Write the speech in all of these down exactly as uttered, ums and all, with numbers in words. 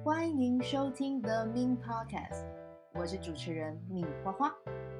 欢迎收听 The Min Podcast， 我是主持人敏花花。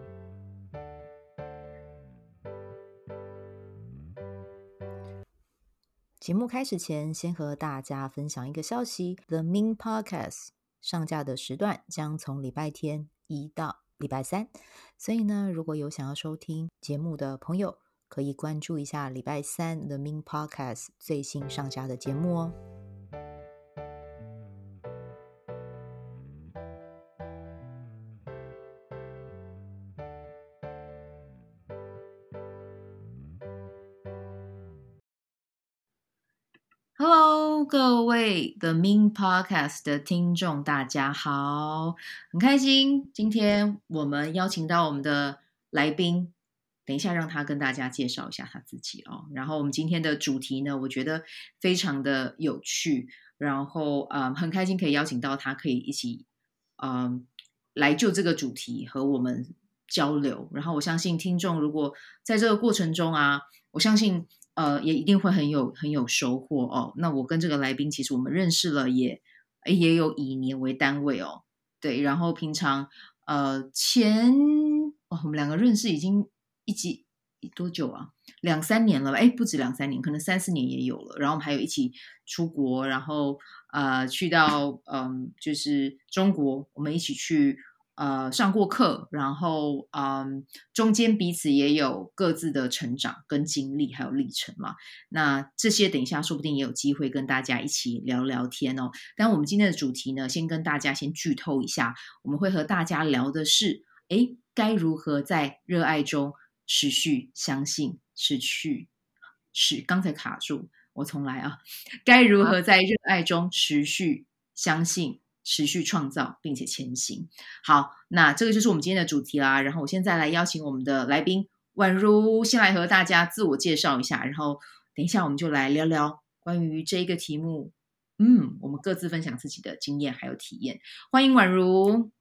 节目开始前，先和大家分享一个消息 ：The Min Podcast 上架的时段将从礼拜天一到礼拜三，所以呢，如果有想要收听节目的朋友，可以关注一下礼拜三 The Min Podcast 最新上架的节目哦。Hello， 各位 The Min Podcast 的听众，大家好，很开心，今天我们邀请到我们的来宾，等一下让他跟大家介绍一下他自己哦。然后我们今天的主题呢，我觉得非常的有趣，然后嗯，很开心可以邀请到他，可以一起嗯来就这个主题和我们交流。然后我相信听众如果在这个过程中啊，我相信。呃，也一定会很有很有收获哦。那我跟这个来宾，其实我们认识了也也有以年为单位哦。对，然后平常呃前哦，我们两个认识已经一起多久啊？两三年了吧？哎，不止两三年，可能三四年也有了。然后我们还有一起出国，然后呃去到嗯就是中国，我们一起去。呃，上过课，然后嗯，中间彼此也有各自的成长跟经历，还有历程嘛。那这些等一下说不定也有机会跟大家一起聊聊天哦。但我们今天的主题呢，先跟大家先剧透一下，我们会和大家聊的是，诶，该如何在热爱中持续相信，持续是刚才卡住，我重来啊，该如何在热爱中持续相信。持续创造并且前行。好，那这个就是我们今天的主题啦。然后我现在来邀请我们的来宾宛如先来和大家自我介绍一下，然后等一下我们就来聊聊关于这一个题目。嗯，我们各自分享自己的经验还有体验。欢迎宛如。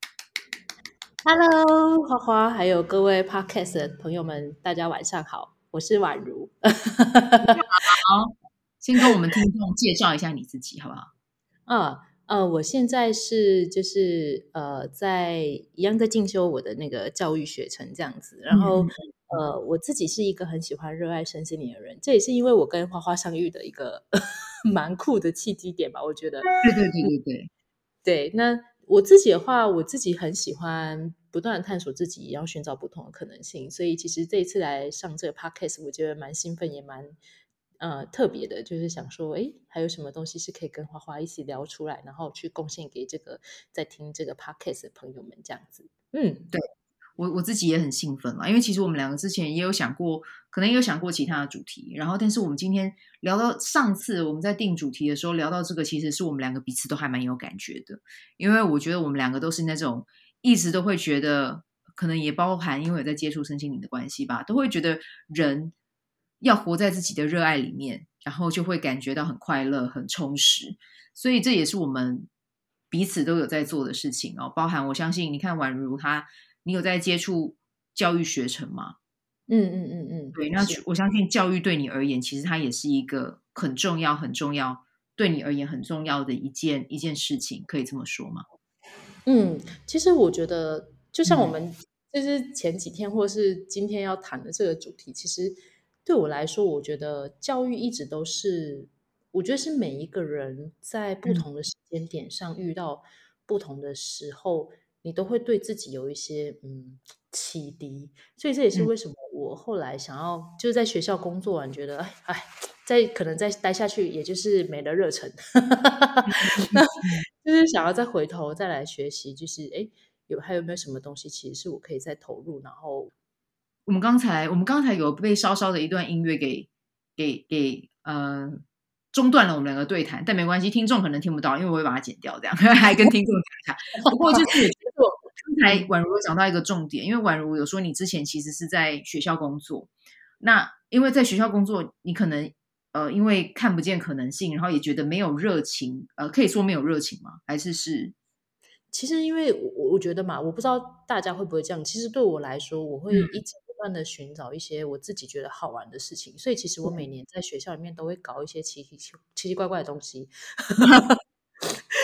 Hello，花花，还有各位 Podcast 的朋友们，大家晚上好，我是宛如。 好，先跟我们听众介绍一下你自己，好不好？ 啊，呃，我现在是就是呃，在一样在进修我的那个教育学程这样子，然后、嗯、呃，我自己是一个很喜欢热爱身心灵的人，这也是因为我跟花花相遇的一个蛮酷的契机点吧，我觉得。 对对对对对， 对，那我自己的话，我自己很喜欢不断的探索自己，也要寻找不同的可能性。所以其实这一次来上这个 podcast， 我觉得蛮兴奋，也蛮呃特别的，就是想说，哎，还有什么东西是可以跟花花一起聊出来，然后去贡献给这个在听这个 podcast 的朋友们，这样子。嗯， 对。我我自己也很兴奋嘛，因为其实我们两个之前也有想过，可能也有想过其他的主题，然后但是我们今天聊到上次我们在定主题的时候聊到这个，其实是我们两个彼此都还蛮有感觉的，因为我觉得我们两个都是那种一直都会觉得，可能也包含因为有在接触身心灵的关系吧，都会觉得人要活在自己的热爱里面，然后就会感觉到很快乐、很充实，所以这也是我们彼此都有在做的事情哦，包含我相信，你看宛如她。你有在接触教育学程吗？ 嗯嗯嗯嗯， 对，那我相信教育对你而言，其实它也是一个很重要、很重要，对你而言很重要的一件一件事情，可以这么说吗？ 嗯，其实我觉得，就像我嗯们就是前几天或是今天要谈的这个主题，其实对我来说，我觉得教育一直都是，我觉得是每一个人在不嗯同的时间点上遇到不同的时候，你都会对自己有一些嗯启迪，所以这也是嗯为什么我后来想要就是在学校工作完，觉得哎哎，再可能再待下去，也就是没了热忱。那嗯， 就是想要再回头再来学习，就是哎，有还有没有什么东西，其实是我可以再投入，然后我们刚才我们刚才有被稍稍的一段音乐给给给呃中断了我们两个对谈，但没关系，听众可能听不到，因为我会把它剪掉，这样还跟听众讲一下。不过就是我觉得刚才宛如有讲到一个重点，因为宛如有说你之前其实是在学校工作，那因为在学校工作，你可能呃因为看不见可能性，然后也觉得没有热情，呃可以说没有热情吗？还是是其实因为我我觉得嘛，我不知道大家会不会这样。其实对我来说，我会嗯一直不断的寻找一些我自己觉得好玩的事情，所以其实我每年在学校里面都会搞一些奇奇奇奇奇怪怪的东西。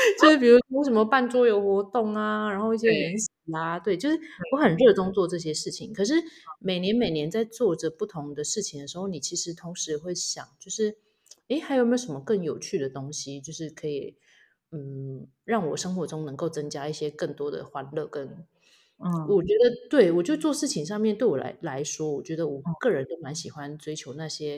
就是比如说什么办桌游活动啊，然后一些对研习啊，对，就是我对， 很热衷做这些事情。可是每年每年在做着不同的事情的时候，你其实同时会想，就是诶，还有没有什么更有趣的东西，就是可以嗯让我生活中能够增加一些更多的欢乐跟。 嗯我觉得对我就做事情上面对我来来说，我觉得我嗯， 个人都蛮喜欢追求那些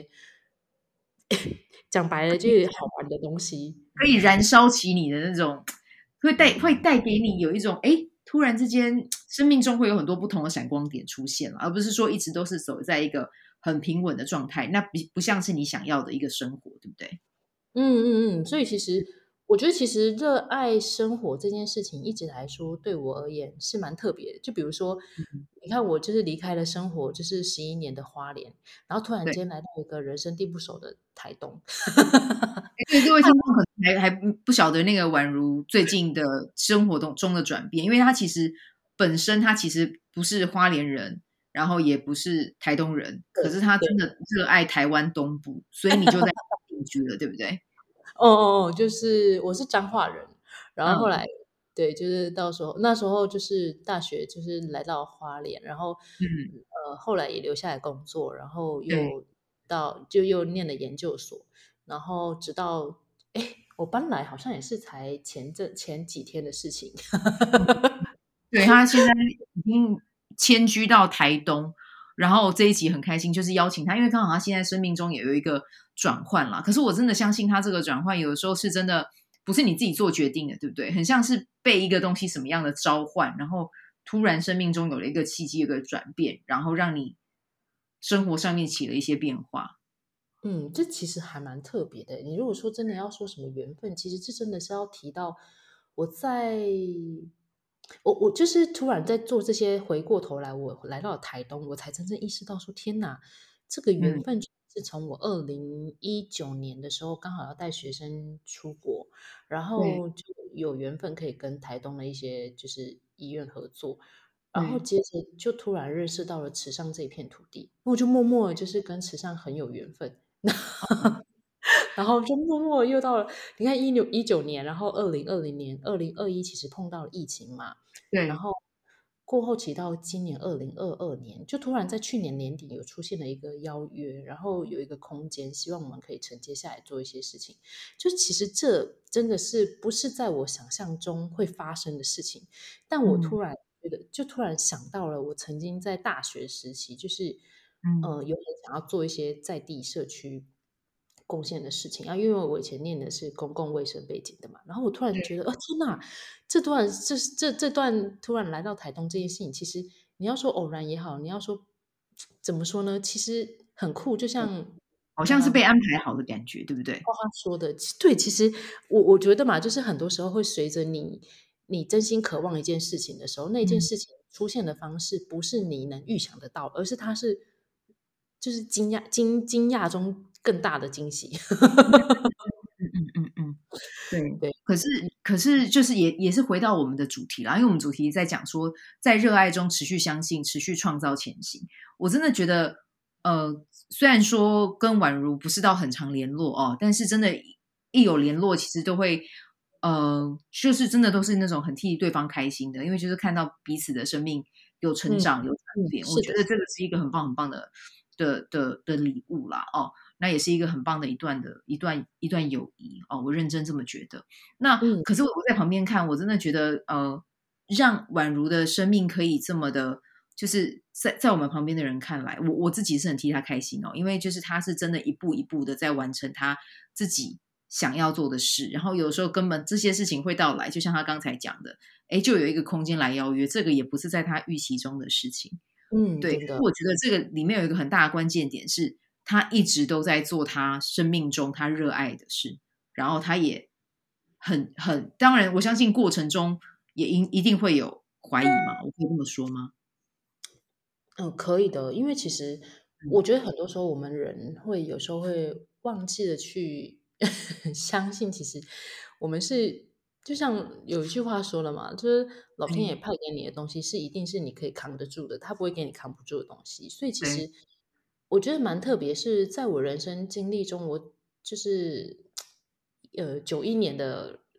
讲白了就是好玩的东西。 可以燃烧起你的那种，会带会带给你有一种哎，诶突然之间生命中会有很多不同的闪光点出现了，而不是说一直都是走在一个很平稳的状态，那不不像是你想要的一个生活，对不对？ 嗯嗯嗯，所以其实我觉得，其实热爱生活这件事情，一直来说对我而言是蛮特别的。就比如说， 嗯， 你看我就是离开了生活，就是十一年的花莲，然后突然对。 间来到一个人生地不熟的台东。 哎，对，各位听众可能还还不不晓得那个宛如最近的生活中中的转变，因为他其实本身他其实不是花莲人，然后也不是台东人，可是对对， 他真的热爱台湾东部，所以你就在定居了，对不对？ 哦哦哦，就是我是彰化人，然后后来嗯对，就是到时候那时候就是大学就是来到花莲，然后嗯， 呃后来也留下来工作，然后对又到就又念了研究所，然后直到哎我搬来好像也是才前阵前几天的事情。 对，他现在已经迁居到台东，然后这一集很开心，就是邀请他，因为刚好他现在生命中也有一个转换啦。可是我真的相信他这个转换，有的时候是真的不是你自己做决定的，对不对？很像是被一个东西什么样的召唤，然后突然生命中有了一个契机，有个转变，然后让你生活上面起了一些变化。 嗯，这其实还蛮特别的。你如果说真的要说什么缘分，其实这真的是要提到我在，我我就是突然在做这些，回过头来，我来到了台东，我才真正意识到说，天哪，这个缘嗯， 分是从我二零一九年的时候，刚好要带学生出国，然对后就有缘分可以跟台东的一些就是医院合作，然后对接着就突然认识到了池上这一片土地，我就默默的就是跟池上很有缘分。然后就默默又到了，你看一九一九年，然后二零二零年、二零二一其实碰到了疫情嘛，然对， 后过后期到今年二零二二年，就突然在去年年底有出现了一个邀约，然后有一个空间，希望我们可以承接下来做一些事情。就其实这真的是不是在我想象中会发生的事情，但我嗯突然觉得，就突然想到了我曾经在大学时期，就是嗯， 呃，有很想要做一些在地社区贡献的事情啊。因为我以前念的是公共卫生背景的嘛，然后我突然觉得，哦天哪，这段这这这段突然来到台东这件事情，其实你要说偶然也好，你要说怎么说呢？其实很酷，就像好像是呃被安排好的感觉，对不对？ 花花说的，其对，其实我我觉得嘛，就是很多时候会随着你你真心渴望一件事情的时候，那件嗯。 事情出现的方式不是你能预想得到，而是它是就是惊讶惊惊讶中更大的惊喜。 嗯嗯嗯嗯，对。 对， 可是可是就是也也是回到我们的主题啦，因为我们主题在讲说，在热爱中持续相信，持续创造前行。我真的觉得，呃，虽然说跟宛如不是到很常联络哦，但是真的，一有联络，其实都会，呃，就是真的都是那种很替对方开心的，因为就是看到彼此的生命有成嗯长、有转嗯， 变，我是的， 觉得这个是一个很棒很棒的的的的礼物啦，哦。那也是一个很棒的一段的一段一段友谊哦，我认真这么觉得。那嗯可是我在旁边看，我真的觉得，呃，让宛如的生命可以这么的，就是在在我们旁边的人看来，我我自己是很替他开心哦，因为就是他是真的一步一步的在完成他自己想要做的事，然后有时候根本这些事情会到来，就像他刚才讲的，诶，就有一个空间来邀约，这个也不是在他预期中的事情。 嗯， 对，可真的， 是我觉得这个里面有一个很大的关键点是，他一直都在做他生命中他热爱的事，然后他也很很当然我相信过程中也一一定会有怀疑嘛，我可以这么说吗？ 嗯，可以的，因为其实嗯， 我觉得很多时候我们人会有时候会忘记了去相信，其实我们是就像有一句话说了嘛，就是老天爷对派给你的东西是一定是你可以扛得住的，他不会给你扛不住的东西。所以其对， 实我觉得蛮特别，是在我人生经历中，我就是呃九一年的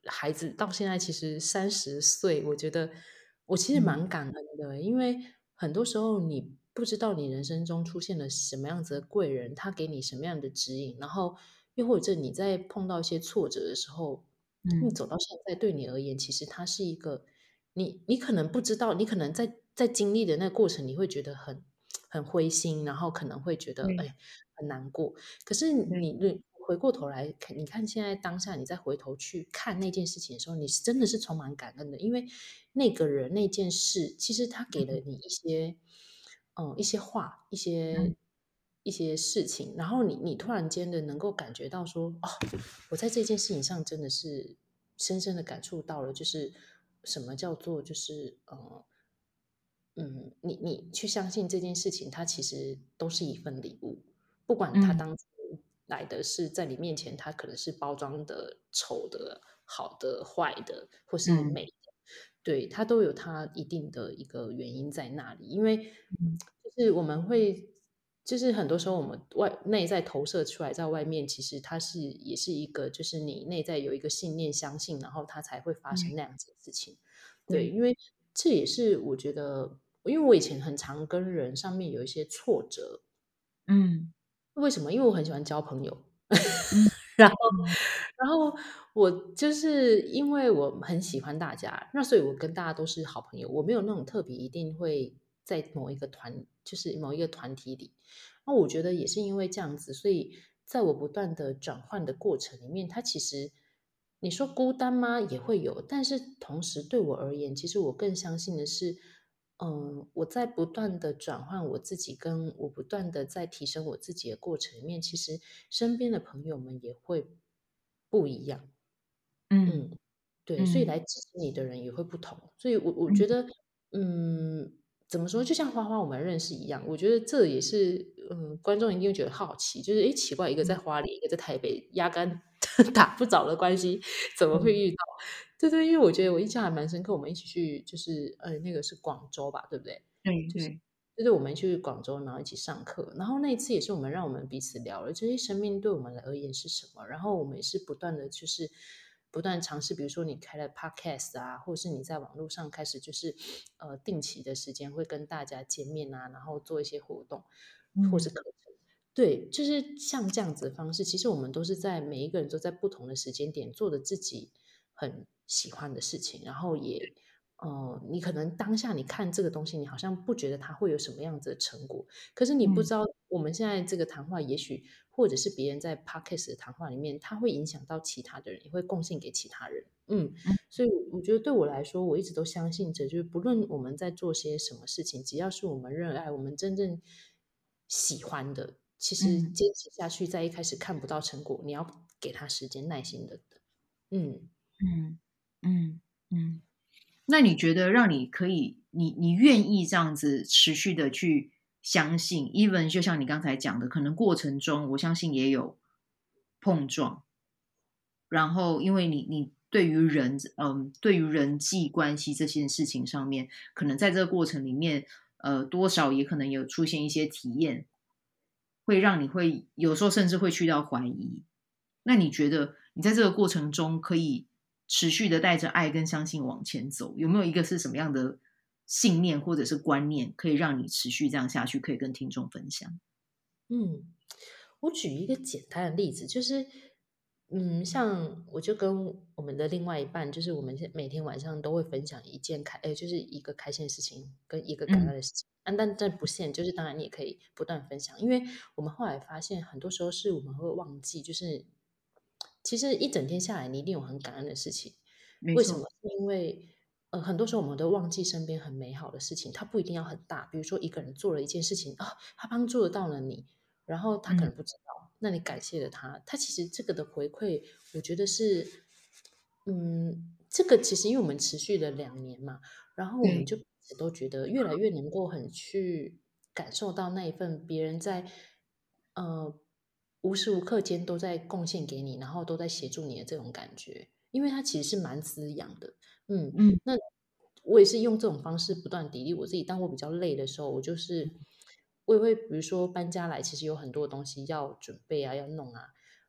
孩子到现在其实三十岁，我觉得我其实嗯蛮感恩的，因为很多时候你不知道你人生中出现了什么样子的贵人，他给你什么样的指引，然后又或者你在碰到一些挫折的时候，你嗯， 走到现在，对你而言，其实它是一个你你可能不知道，你可能在在经历的那个过程，你会觉得很很灰心，然后可能会觉得对哎很难过。可是对， 你你回过头来看，你看现在当下，你再回头去看那件事情的时候，你是真的是充满感恩的，因为那个人那件事，其实他给了你一些嗯一些话，一嗯些。一些事情，然后你你突然间的能够感觉到说，哦，我在这件事情上真的是深深的感触到了，就是什么叫做就是呃嗯，你你去相信这件事情，它其实都是一份礼物，不管它嗯当初来的是在你面前，它可能是包装的丑的、好的、坏的，或是嗯美的，对，它都有它一定的一个原因在那里。因为嗯， 就是我们会，就是很多时候我们外内在投射出来，在外面其实它是也是一个，就是你内在有一个信念相信，然后它才会发生对那样子的事情。对， 对， 因为这也是我觉得，因为我以前很常跟人上面有一些挫折， 嗯为什么？因为我很喜欢交朋友， 嗯然后， 嗯然后我就是因为我很喜欢大家，那所以我跟大家都是好朋友，我没有那种特别一定会在某一个团，就是某一个团体里。那我觉得也是因为这样子，所以在我不断的转换的过程里面，它其实你说孤单吗？也会有，但是同时对我而言，其实我更相信的是。嗯，我在不断的转换我自己，跟我不断的在提升我自己的过程里面，其实身边的朋友们也会不一样。 嗯嗯，对，所以嗯来支持你的人也会不同。所以我我觉嗯得，嗯，怎么说，就像花花我们认识一样，我觉得这也是，嗯，观众一定会觉得好奇，就是诶，奇怪，一个在嗯花莲，一个在台北，压根打不着的关系，怎么会嗯， 遇到？对对，因为我觉得我印象还蛮深刻，我们一起去，就是呃，那个是广州吧，对不对？就是对对， 就是我们去广州，然后一起上课，然后那一次也是我们让我们彼此聊了这些生命对我们而言是什么，然后我们也是不断的就是不断尝试，比如说你开了 podcast 啊，或是你在网络上开始就是呃定期的时间会跟大家见面啊，然后做一些活动或是嗯课程。对，就是像这样子的方式，其实我们都是在每一个人都在不同的时间点做的自己很喜欢的事情，然后也呃，你可能当下你看这个东西，你好像不觉得它会有什么样子的成果，可是你不嗯知道我们现在这个谈话，也许或者是别人在 podcast 的谈话里面，它会影响到其他的人，也会贡献给其他人。嗯， 嗯所以我觉得对我来说，我一直都相信着，就是不论我们在做些什么事情，只要是我们热爱、我们真正喜欢的，其实嗯坚持下去，在一开始看不到成果，你要给他时间，耐心的等。嗯嗯嗯嗯。那你觉得让你可以，你你愿意这样子持续的去相信，even 就像你刚才讲的，可能过程中我相信也有碰撞，然后因为你你对于人，嗯，对于人际关系这件事情上面，可能在这个过程里面，呃，多少也可能有出现一些体验，会让你会有时候甚至会去到怀疑。那你觉得你在这个过程中可以持续的带着爱跟相信往前走，有没有一个是什么样的信念或者是观念，可以让你持续这样下去，可以跟听众分享？ 嗯。我举一个简单的例子，就是，嗯，像我就跟我们的另外一半，就是我们现每天晚上都会分享一件开，呃，就是一个开心的事情跟一个感嗯， 恩的事情。啊，但这不限，就是当然你也可以不断分享，因为我们后来发现，很多时候是我们会忘记，就是其实一整天下来，你一定有很感恩的事情。为什么？ 没错， 是因为呃，很多时候我们都忘记身边很美好的事情，它不一定要很大。比如说一个人做了一件事情啊，他帮助得到了你，然后他可嗯， 能不知道，那你感谢了他，他其实这个的回馈，我觉得是，嗯，这个其实因为我们持续了两年嘛，然后我们对， 就彼此都觉得越来越能够很去感受到那一份别人在呃无时无刻间都在贡献给你，然后都在协助你的这种感觉，因为它其实是蛮滋养的。嗯， 嗯那我也是用这种方式不断砥砺我自己。当我比较累的时候，我就是我也会比如说搬家来，其实有很多东西要准备啊，要弄啊。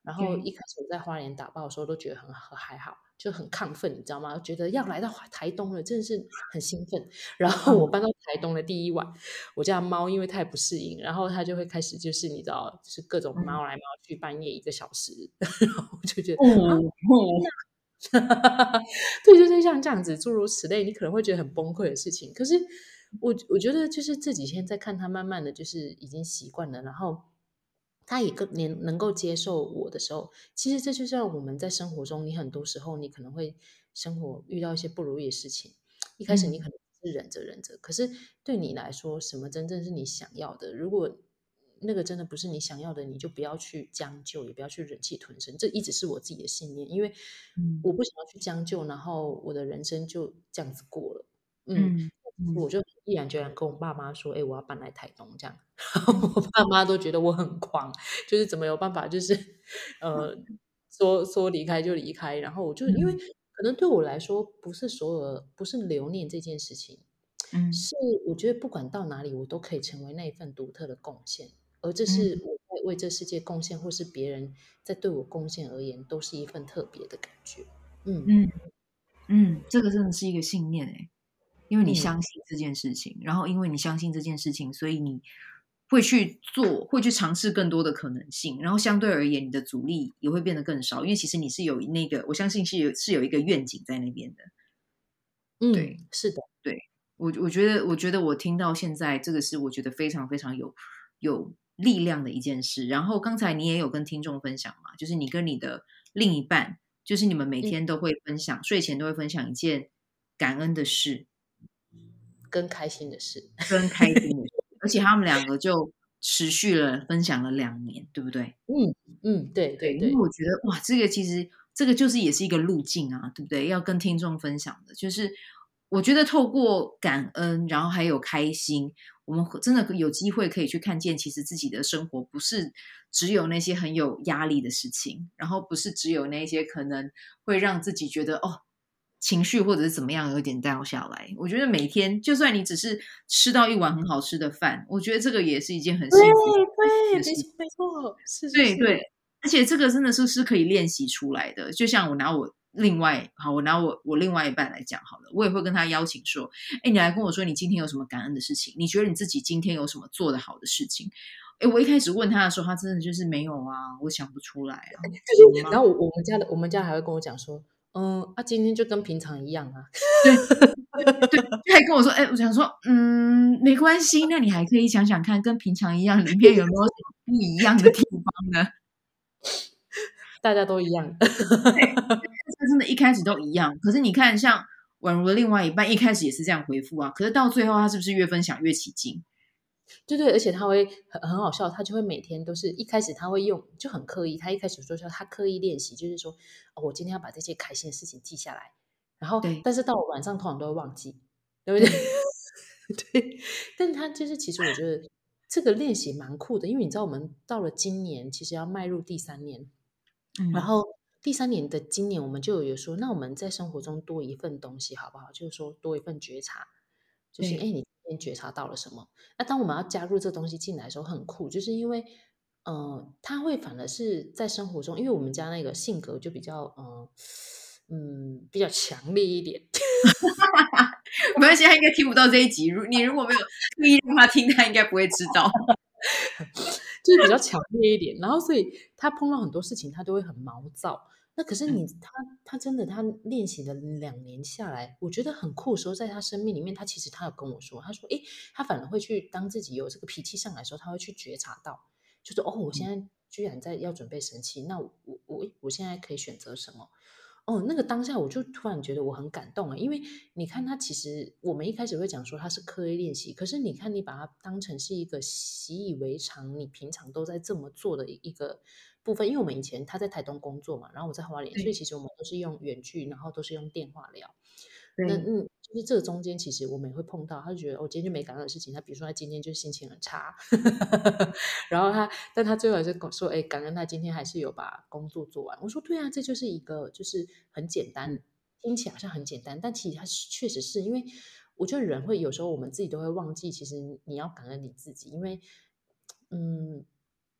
然后对， 一开始我在花莲打包的时候都觉得很很还好，就很亢奋，你知道吗？觉得要来到台东了，真的是很兴奋。然后我嗯搬到台东的第一晚，我家的猫因为太不适应，然后它就会开始就是你知道，就是各种嗯， 猫来猫去，半夜一个小时，然后我就觉得哦啊，天哦， 哪！对，就是像这样子，诸如此类，你可能会觉得很崩溃的事情。可是我我觉得就是这几天在看它，慢慢的就是已经习惯了，然后它也更能能够接受我的时候，其实这就像我们在生活中，你很多时候你可能会生活遇到一些不如意的事情，一开始你嗯可能是忍着忍着，可是对你来说，什么真正是你想要的？如果那个真的不是你想要的，你就不要去将就，也不要去忍气吞声。这一直是我自己的信念，因为嗯我不想要去将就，然后我的人生就这样子过了。嗯， 嗯嗯我就毅然决然跟我爸妈说：“哎、我要搬来台东。”这样，然后嗯我爸妈都觉得我很狂，就是怎么有办法，就是呃说说离开就离开。然后我就因为嗯可能对我来说，不是所有的不是留念这件事情， 嗯是我觉得不管到哪里，我都可以成为那一份独特的贡献。而这嗯是我在为这世界贡献，或是别人在对我贡献而言，都是一份特别的感觉。嗯嗯嗯，这个真的是一个信念诶，因为你嗯相信这件事情，然后因为你相信这件事情，所以你会去做，会去尝试更多的可能性，然后相对而言，你的阻力也会变得更少，因为其实你是有那个，我相信是有是有一个愿景在那边的。 嗯， 对是的， 对，我我觉得，我觉得我听到现在这个是我觉得非常非常有有力量的一件事。然后刚才你也有跟听众分享嘛，就是你跟你的另一半，就是你们每嗯， 天都会分享，睡前都会分享一件感恩的事， 更开心的事。 跟开心的事，而且他们两个就持续了分享了两年，对不对？ 嗯嗯，对对对，因为对， 我觉得哇，这个其实这个就是也是一个路径啊，对不对？要跟听众分享的，就是我觉得透过感恩，然后还有开心，我们真的有机会可以去看见，其实自己的生活不是只有那些很有压力的事情，然后不是只有那些可能会让自己觉得哦。情绪或者是怎么样有点掉下来，我觉得每天就算你只是吃到一碗很好吃的饭，我觉得这个也是一件很对幸福对， 的事情。 没错没错，是是对对， 是， 而且这个真的是是可以练习出来的。就像我拿我另外好，我拿我我另外一半来讲好了，我也会跟他邀请说：“哎，你来跟我说你今天有什么感恩的事情？你觉得你自己今天有什么做得好的事情？”哎，我一开始问他的时候，他真的就是没有啊，我想不出来啊，有吗？ 然后我我们家的我们家还会跟我讲说，嗯，啊，今天就跟平常一样啊。 对对对，就还跟我说：“哎，我想说，嗯，没关系，那你还可以想想看，跟平常一样，里面有没有什么不一样的地方呢？” 大家都一样。 对，他真的一开始都一样，可是你看，像宛如的另外一半，一开始也是这样回复啊，可是到最后，他是不是越分享越起劲？ 对对，而且他会很很好笑，他就会每天都是一开始他会用就很刻意，他一开始说说他刻意练习，就是说哦，我今天要把这些开心的事情记下来，然后对但是到了晚上通常都会忘记，对不对？ 对， 对，但他就是其实我觉得这个练习蛮酷的，因为你知道我们到了今年其实要迈入第三年，然嗯， 后第三年的今年我们就有说，那我们在生活中多一份东西好不好？就是说多一份觉察，就是哎， 对你今天觉察到了什么？那当我们要加入这东西进来的时候，很酷，就是因为，呃，他会反而是在生活中，因为我们家那个性格就比较，呃，嗯，比较强烈一点， 没关系，他应该听不到这一集。如你如果没有刻意让他听，他应该不会知道。 就是比较强烈一点，然后所以他碰到很多事情，他都会很毛躁。那可是嗯， 你他他真的他练习了两年下来，我觉得很酷的时候，在他生命里面，他其实他有跟我说，他说，诶，他反而会去当自己有这个脾气上来的时候，他会去觉察到，就是哦，我现在居然在要准备生气，那我我我我现在可以选择什么？哦，那个当下我就突然觉得我很感动啊，因为你看他其实我们一开始会讲说他是刻意练习，可是你看你把它当成是一个习以为常，你平常都在这么做的一个部分。因为我们以前他在台东工作嘛，然后我在花莲，所以对其实我们都是用远距，然后都是用电话聊。那对， 嗯，就是这个中间其实我们也会碰到，他就觉得我、哦、今天就没感恩的事情，他比如说他今天就心情很差，然后他，但他最后还是跟我说，哎，感恩他今天还是有把工作做完。我说对啊，这就是一个就是很简嗯单，听起来好像很简单，但其实它是确实是因为我觉得人会有时候我们自己都会忘记，其实你要感恩你自己，因为嗯。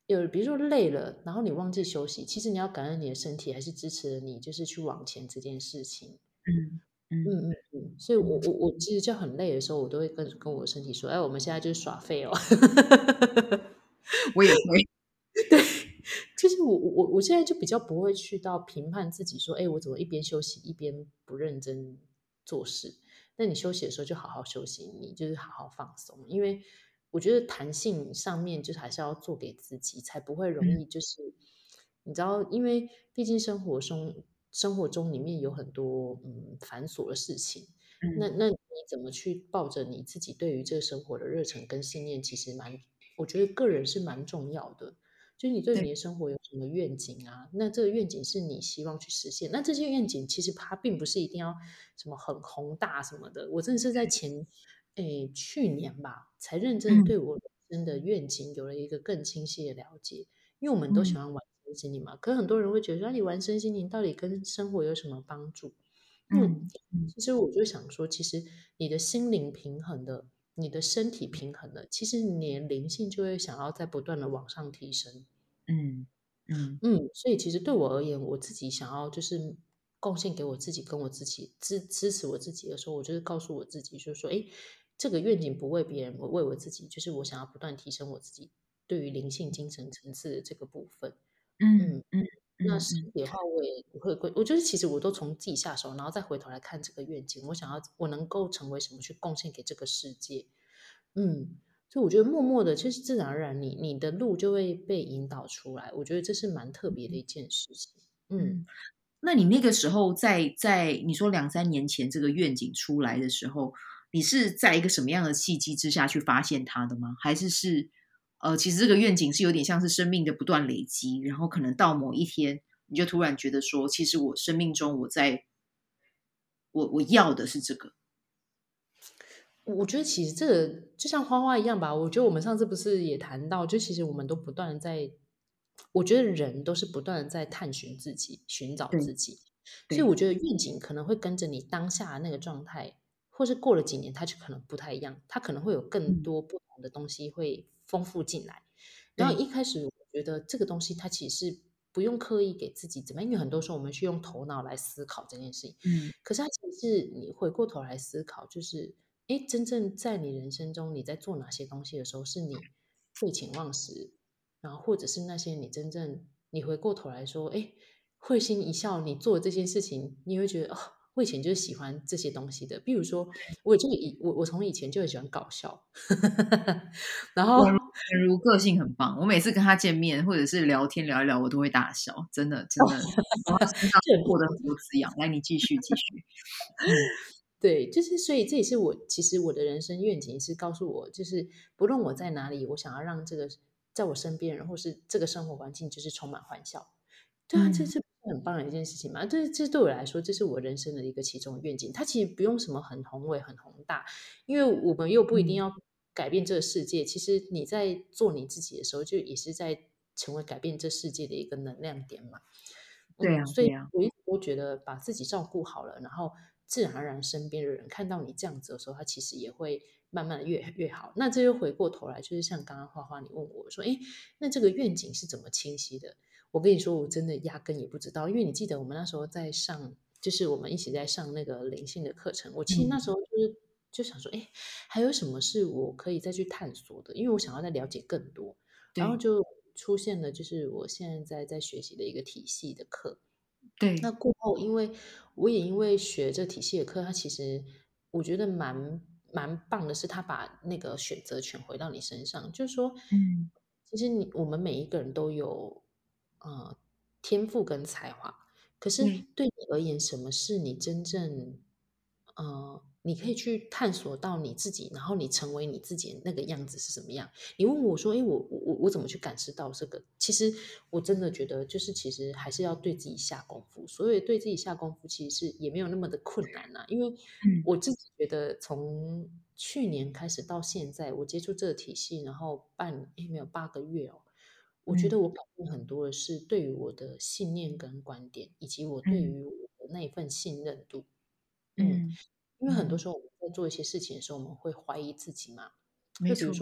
有比如说累了，然后你忘记休息，其实你要感恩你的身体还是支持了你，就是去往前这件事情。 嗯嗯嗯嗯嗯，所以我嗯， 我我其实就很累的时候，我都会跟跟我身体说，哎，我们现在就是耍废哦。 我也会。 就是我我我现在就比较不会去到评判自己说，哎，我怎么一边休息一边不认真做事？那你休息的时候就好好休息，你就是好好放松，因为我觉得弹性上面就是还是要做给自己，才不会容嗯易就是你知道，因为毕竟生活中生活中里面有很多嗯繁琐的事情，那嗯， 那你怎么去抱着你自己对于这个生活的热忱跟信念，其实蛮，我觉得个人是蛮重要的。就是你对对， 你的生活有什么愿景啊？那这个愿景是你希望去实现。那这些愿景其实它并不是一定要什么很宏大什么的。我真的是在前诶去年吧，才认真的嗯对我人生的愿景有了一个更清晰的了解。因为我们都喜嗯欢玩身心灵嘛，可是很多人会觉得说，啊你玩身心灵到底跟生活有什么帮助？那嗯嗯其实我就想说，其实你的心灵平衡的，你的身体平衡的，其实你的灵性就会想要在不断的往上提升。 嗯嗯嗯，所以其实对我而言，我自己想要就是贡献给我自己，跟我自己支支持我自己的时候，我就是告诉我自己，就是说，诶，这个愿景不为别人，我为我自己，就是我想要不断提升我自己对于灵性精神层次的这个部分。嗯， 嗯嗯那嗯嗯， 身体的话，我也不会归，我就是其实我都从自己下手，然后再回头来看这个愿景，我想要我能够成为什么去贡献给这个世界。嗯。所以我觉得默默的，其实自然而然你，你的路就会被引导出来。我觉得这是蛮特别的一件事情。嗯， 嗯。那你那个时候在在你说两三年前这个愿景出来的时候，你是在一个什么样的契机之下去发现它的吗？还是是，呃，其实这个愿景是有点像是生命的不断累积，然后可能到某一天，你就突然觉得说，其实我生命中我在我我要的是这个。 我觉得其实这个就像花花一样吧。我觉得我们上次不是也谈到，就其实我们都不断的在，我觉得人都是不断的在探寻自己，寻找对自己。所以对， 我觉得愿景可能会跟着你当下的那个状态，或是过了几年，它就可能不太一样，它可能会有更嗯， 多不同的东西会丰富进来。然后对， 一开始我觉得这个东西它其实是不用刻意给自己怎么样，因为很多时候我们去用头脑来思考这件事情， 嗯可是它其实是你回过头来思考，就是诶，真正在你人生中你在做哪些东西的时候，是你废寝忘食，然后或者是那些你真正你回过头来说，诶，会心一笑，你做这件事情，你会觉得哦，我以前就是喜欢这些东西的。比如说，我就以我我从以前就很喜欢搞笑，然后文如文如个性很棒，我每次跟他见面或者是聊天聊一聊，我都会大笑，真的真的，从他身上就很获得很多滋养。来，你继续继续。嗯对，就是所以这也是我其实我的人生愿景是告诉我，就是不论我在哪里，我想要让这个在我身边人或是这个生活环境就是充满欢笑。对啊，这嗯是很棒的一件事情嘛。这这对我来说，这是我人生的一个其中的愿景。它其实不用什么很宏伟、很宏大，因为我们又不一定嗯， 要改变这个世界。其实你在做你自己的时候，就也是在成为改变这世界的一个能量点嘛。嗯， 对呀所以对呀， 我一直都觉得把自己照顾好了，然后自然而然身边的人看到你这样子的时候，他其实也会慢慢的越越好。那这又回过头来，就是像刚刚花花你问我说，诶，那这个愿景是怎么清晰的？我跟你说，我真的压根也不知道，因为你记得我们那时候在上，就是我们一起在上那个灵性的课程，我其实那嗯， 时候就是就想说，诶，还有什么是我可以再去探索的？因为我想要再了解更多。然后对就出现了，就是我现在在学习的一个体系的课。那对， 过后，因为我也因为学这体系的课，它其实我觉得蛮蛮棒的，是它把那个选择权回到你身上，就是说， 嗯其实你我们每一个人都有呃天赋跟才华，可是对， 对你而言，什么是你真正呃，你可以去探索到你自己，然后你成为你自己的那个样子是什么样？你问我说：“诶，我我我我怎么去感受到这个？”其实我真的觉得，就是其实还是要对自己下功夫。所以对自己下功夫，其实是也没有那么的困难呐、因为嗯我自己觉得，从去年开始到现在，我接触这个体系，然后半诶没有八个月哦，我觉得嗯我改变很多的是对于我的信念跟观点，以及我对嗯于我的那一份信任度。嗯， 嗯因为很多嗯， 时候我们在做一些事情的时候，我们会怀疑自己嘛。 没错，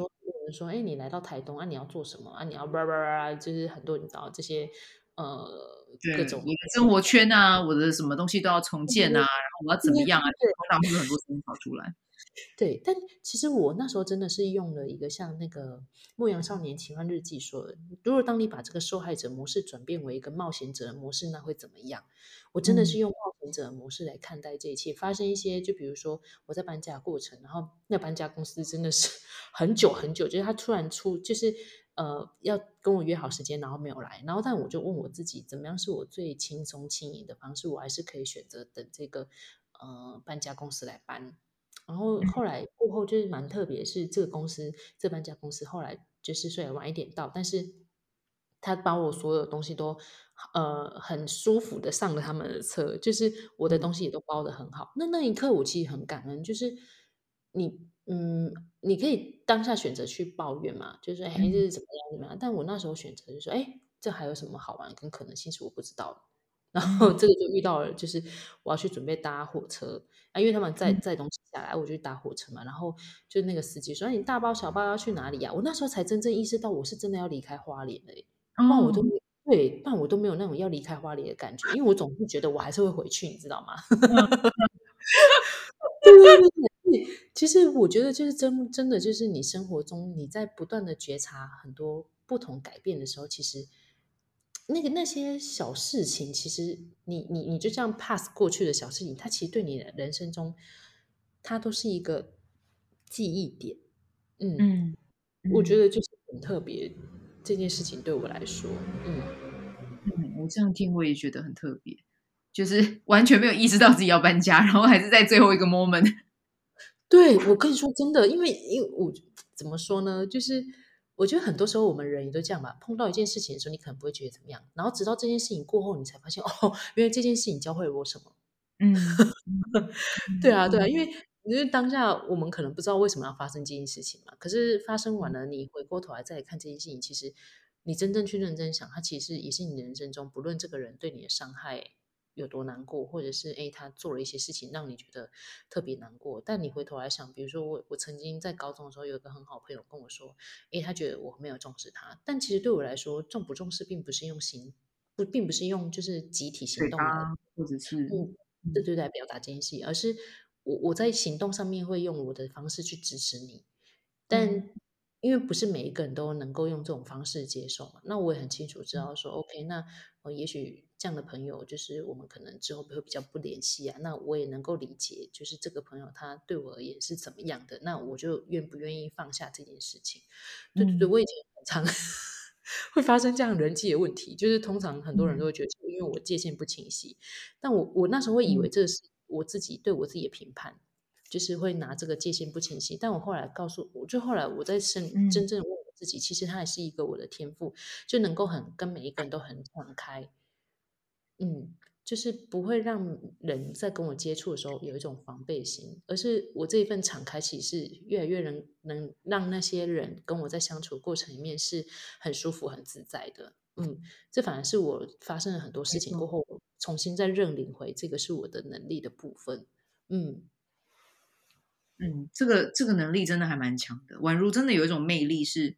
人说，哎，你来到台东啊，你要做什么啊？你要叭叭叭，就是很多你知道这些呃各对，我种。 的生活圈啊，我的什么东西都要重建啊，然后我要怎么样啊，通常会有很多声音跑出来。 对，但其实我那时候真的是用了一个像那个《牧羊少年奇幻日记》说的，如果当你把这个受害者模式转变为一个冒险者的模式，那会怎么样？我真的是嗯用冒险者的模式来看待这一切，发生一些，就比如说我在搬家的过程，然后那搬家公司真的是很久很久，就是他突然出，就是呃要跟我约好时间，然后没有来，然后但我就问我自己，怎么样是我最轻松轻盈的方式？我还是可以选择等这个呃搬家公司来搬。然后后来过后就是蛮特别，是这个公司这搬家公司后来就是虽然晚一点到，但是他把我所有东西都呃很舒服的上了他们的车，就是我的嗯东西也都包的很好。那那一刻我其实很感恩，就是你嗯，你可以当下选择去抱怨嘛，就是哎这嗯是怎么样怎么样，但我那时候选择就说，哎，这还有什么好玩跟可能性是我不知道的。然后嗯这个就遇到了，就是我要去准备搭火车啊，因为他们载嗯载东西下来，我就去搭火车嘛。然后就那个司机说：“哎你大包小包要去哪里呀？”我那时候才真正意识到，我是真的要离开花莲的耶，不然我都哦， 没对，不然我都没有那种要离开花莲的感觉，因为我总是觉得我还是会回去，你知道吗？ 嗯对对对对对，其实我觉得就是真真的就是你生活中你在不断的觉察很多不同改变的时候，其实那个那些小事情，其实你你你就这样 pass 过去的小事情，它其实对你的人生中，它都是一个记忆点。嗯， 嗯嗯我觉得就是很特别这件事情对我来说，嗯。 嗯，我这样听我也觉得很特别，就是完全没有意识到自己要搬家，然后还是在最后一个 moment。 对，我跟你说真的，因为因为我怎么说呢，就是我觉得很多时候我们人也都这样吧，碰到一件事情的时候，你可能不会觉得怎么样，然后直到这件事情过后，你才发现哦，原来这件事情教会了我什么。 嗯嗯对啊，对啊， 嗯因为因为当下我们可能不知道为什么要发生这件事情嘛，可是发生完了，你回过头来再来看这件事情，其实你真正去认真想，它其实也是你人生中，不论这个人对你的伤害有多难过，或者是诶他做了一些事情让你觉得特别难过，但你回头来想，比如说我我曾经在高中的时候有一个很好的朋友跟我说，诶他觉得我没有重视他，但其实对我来说，重不重视并不是用行不并不是用就是集体行嘴巴动来。 或者是嗯，对嗯对，来表达这件事情，而是我我在行动上面会用我的方式去支持你， 嗯但因为不是每一个人都能够用这种方式接受嘛，那我也很清楚知嗯道说，OK，那呃，也许这样的朋友就是我们可能之后会比较不联系啊，那我也能够理解，就是这个朋友他对我而言是怎么样的，那我就愿不愿意放下这件事情。对对对， 嗯我以前很常会发生这样人际的问题，就是通常很多人都嗯会觉得说因为我界限不清晰，但我我那时候会以为嗯这是我自己对我自己的评判，就是会拿这个界限不清晰。但我后来告诉我，就后来我在深嗯真正问我自己，其实它也是一个我的天赋，就能够很跟每一个人都很敞开，嗯，就是不会让人在跟我接触的时候有一种防备心，而是我这一份敞开，其实是越来越能能让那些人跟我在相处的过程里面是很舒服、很自在的。嗯，这反而是我发生了很多事没错。 情过后，我重新再认领回这个是我的能力的部分。嗯。 嗯，这个这个能力真的还蛮强的。宛如真的有一种魅力是，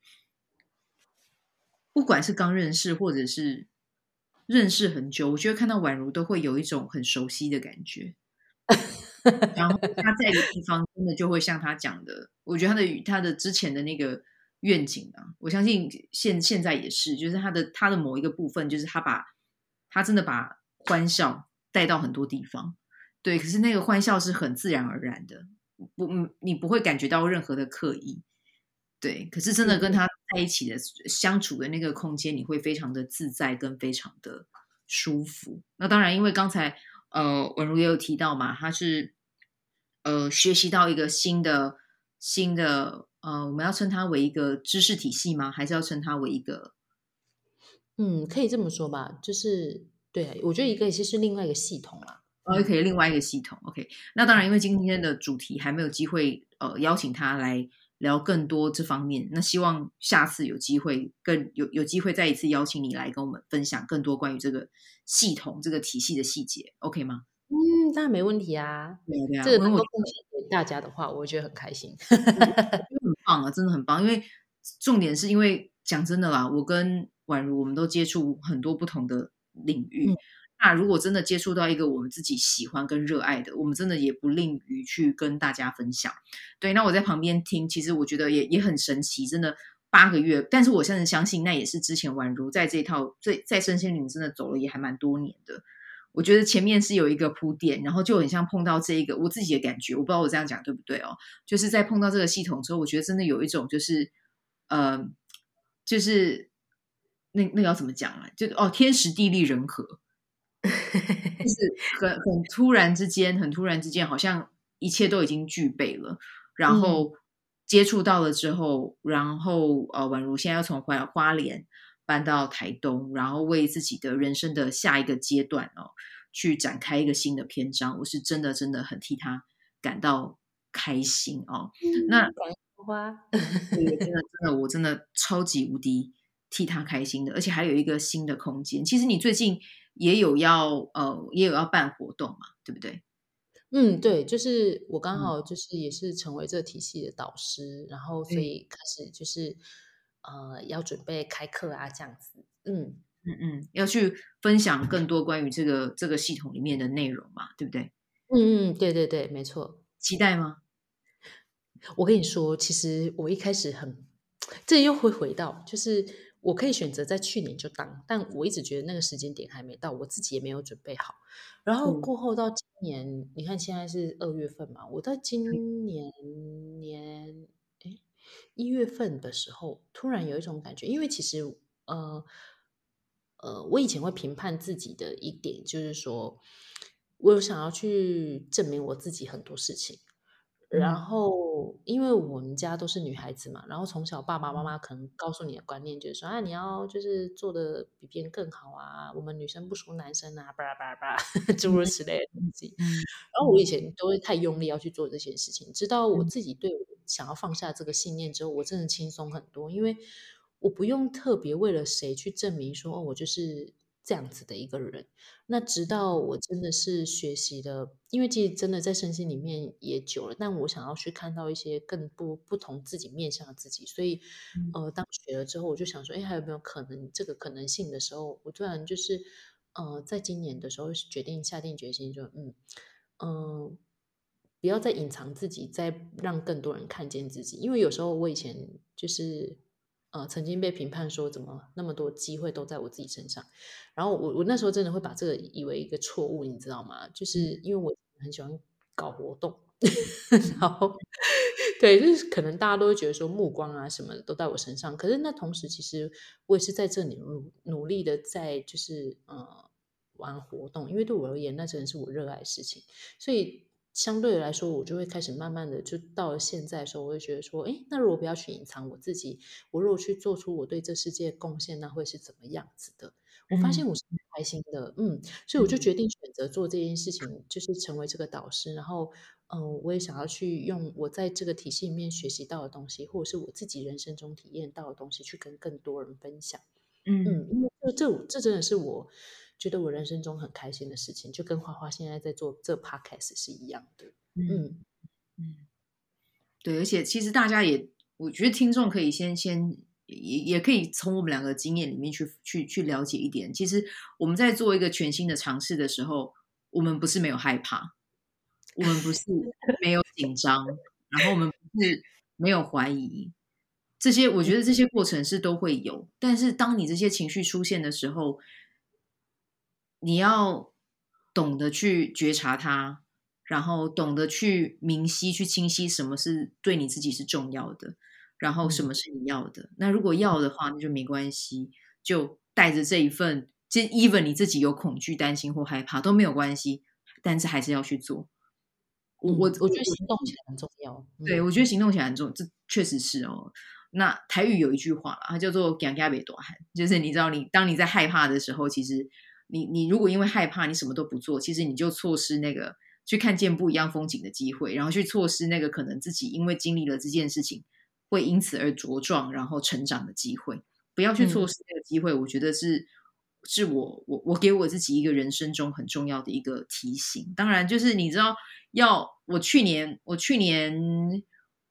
不管是刚认识或者是认识很久，我觉得看到宛如都会有一种很熟悉的感觉。然后他在的地方真的就会像他讲的，我觉得他的语他的之前的那个愿景啊，我相信现现在也是，就是他的他的某一个部分，就是他把他真的把欢笑带到很多地方。对，可是那个欢笑是很自然而然的，不，嗯你不会感觉到任何的刻意。对，可是真的跟他在一起的相处的那个空间，你会非常的自在跟非常的舒服。那当然，因为刚才呃文如也有提到嘛，他是呃学习到一个新的新的呃，我们要称它为一个知识体系吗？还是要称它为一个嗯，可以这么说吧，就是对啊，我觉得一个也是另外一个系统啦。 呃，可嗯。 以另外一个系统？OK，那当然，因为今天的主题还没有机会呃邀请他来聊更多这方面，那希望下次有机会更有有机会再一次邀请你来跟我们分享更多关于这个系统这个体系的细节，OK 吗？ 嗯，当然没问题啊， 对啊，对啊， 这个能因为我觉得够贡献给大家的话，我会觉得很开心。 我觉得很棒啊，真的很棒。因为重点是因为讲真的啦，我跟宛如我们都接触很多不同的领域。 嗯那如果真的接触到一个我们自己喜欢跟热爱的，我们真的也不吝于去跟大家分享。对，那我在旁边听，其实我觉得也也很神奇，真的八个月，但是我现在相信那也是之前宛如在这一套在在身心灵真的走了也还蛮多年的。我觉得前面是有一个铺垫，然后就很像碰到这一个我自己的感觉，我不知道我这样讲对不对哦，就是在碰到这个系统之后，我觉得真的有一种就是呃，就是那那个要怎么讲啊？就哦，天时地利人和，就是很很突然之间，很突然之间，好像一切都已经具备了，然嗯后接触到了之后，然后呃，宛如现在要从花花莲搬到台东，然后为自己的人生的下一个阶段哦，去展开一个新的篇章，我是真的真的很替他感到开心哦。那嗯，感恩花， 对，真的真的，我真的超级无敌替他开心的，而且还有一个新的空间。其实你最近也有要呃，也有要办活动嘛，对不对？ 嗯，对，就是我刚嗯， 好就是也是成为这个体系的导师，然后所对， 以开始就是呃要准备开课啊这样子。嗯嗯嗯，要去分享更多关于这个这个系统里面的内容嘛，对不对？ 嗯嗯，对对对，没错。 期待吗？ 我跟你说，其实我一开始很，这又会回到，就是我可以选择在去年就当，但我一直觉得那个时间点还没到，我自己也没有准备好。然后是， 过后到今年，你看现在是二月份嘛，我在对， 今年年诶一月份的时候，突然有一种感觉，因为其实呃呃，我以前会评判自己的一点就是说，我有想要去证明我自己很多事情。然嗯后，因为我们家都是女孩子嘛，然后从小爸爸妈嗯妈可能告诉你的观念就是说，啊，你要就是做的比别人更好啊，我们女生不输男生啊，巴拉巴拉巴拉，诸如此类的东西。 嗯然后我以嗯前都会太用力要去做这些事情，直到我自己对我想要放下这个信念之后，我真的轻松很多，因为我不用特别为了谁去证明说，哦，我就是这样子的一个人。那直到我真的是学习了，因为其实真的在身心里面也久了，但我想要去看到一些更不不同自己面向的自己，所以嗯呃，当学了之后，我就想说，哎，还有没有可能这个可能性的时候，我突然就是呃，在今年的时候决定下定决心就，嗯嗯、呃不要再隐藏自己，再让更多人看见自己，因为有时候我以前就是呃曾经被评判说怎么那么多机会都在我自己身上。然后我我那时候真的会把这个以为一个错误，你知道吗？就是因为我很喜欢搞活动，然后对，就是可能大家都会觉得说目光啊什么的都在我身上，可是那同时其实我也是在这里努努力的在就是呃玩活动，因为对我而言那真的是我热爱的事情，所以相对来说我就会开始慢慢的就到了现在的时候，我会觉得说，诶，那如果不要去隐藏我自己，我如果去做出我对这世界的贡献，那会是怎么样子的？我发嗯现我是很开心的，嗯，所以我就嗯决定选择做这件事情，就是成为这个导师。然后，嗯，我也想要去用我在这个体系里面学习到的东西，或者是我自己人生中体验到的东西，去跟更多人分享。嗯， 嗯因为这这这真的是我觉得我人生中很开心的事情，就跟花花现在在做这 podcast 是一样的。 嗯嗯嗯。对，而且其实大家也，我觉得听众可以先先也也可以从我们两个经验里面去去去了解一点。其实我们在做一个全新的尝试的时候，我们不是没有害怕，我们不是没有紧张，然后我们不是没有怀疑，这些我觉得这些过程是都会有。但是当你这些情绪出现的时候，你要懂得去觉察它，然后懂得去明晰、去清晰什么是对你自己是重要的，然后什嗯么是你要的。那如果要的话，那就没关系，就带着这一份，就 even 你自己有恐惧、担心或害怕都没有关系，但是还是要去做。我我嗯，我觉得我我行动起来很重要。 对， 嗯我觉得行动起来很重要，这确实是哦。那台语有一句话啦，它叫做“讲加别多喊”，就是你知道你，当你在害怕的时候，其实你你如果因为害怕，你什么都不做，其实你就错失那个去看见不一样风景的机会，然后去错失那个可能自己因为经历了这件事情，会因此而茁壮，然后成长的机会。不要去错嗯失这个机会，我觉得是是我我我给我自己一个人生中很重要的一个提醒。当然，就是你知道，要我去年我去年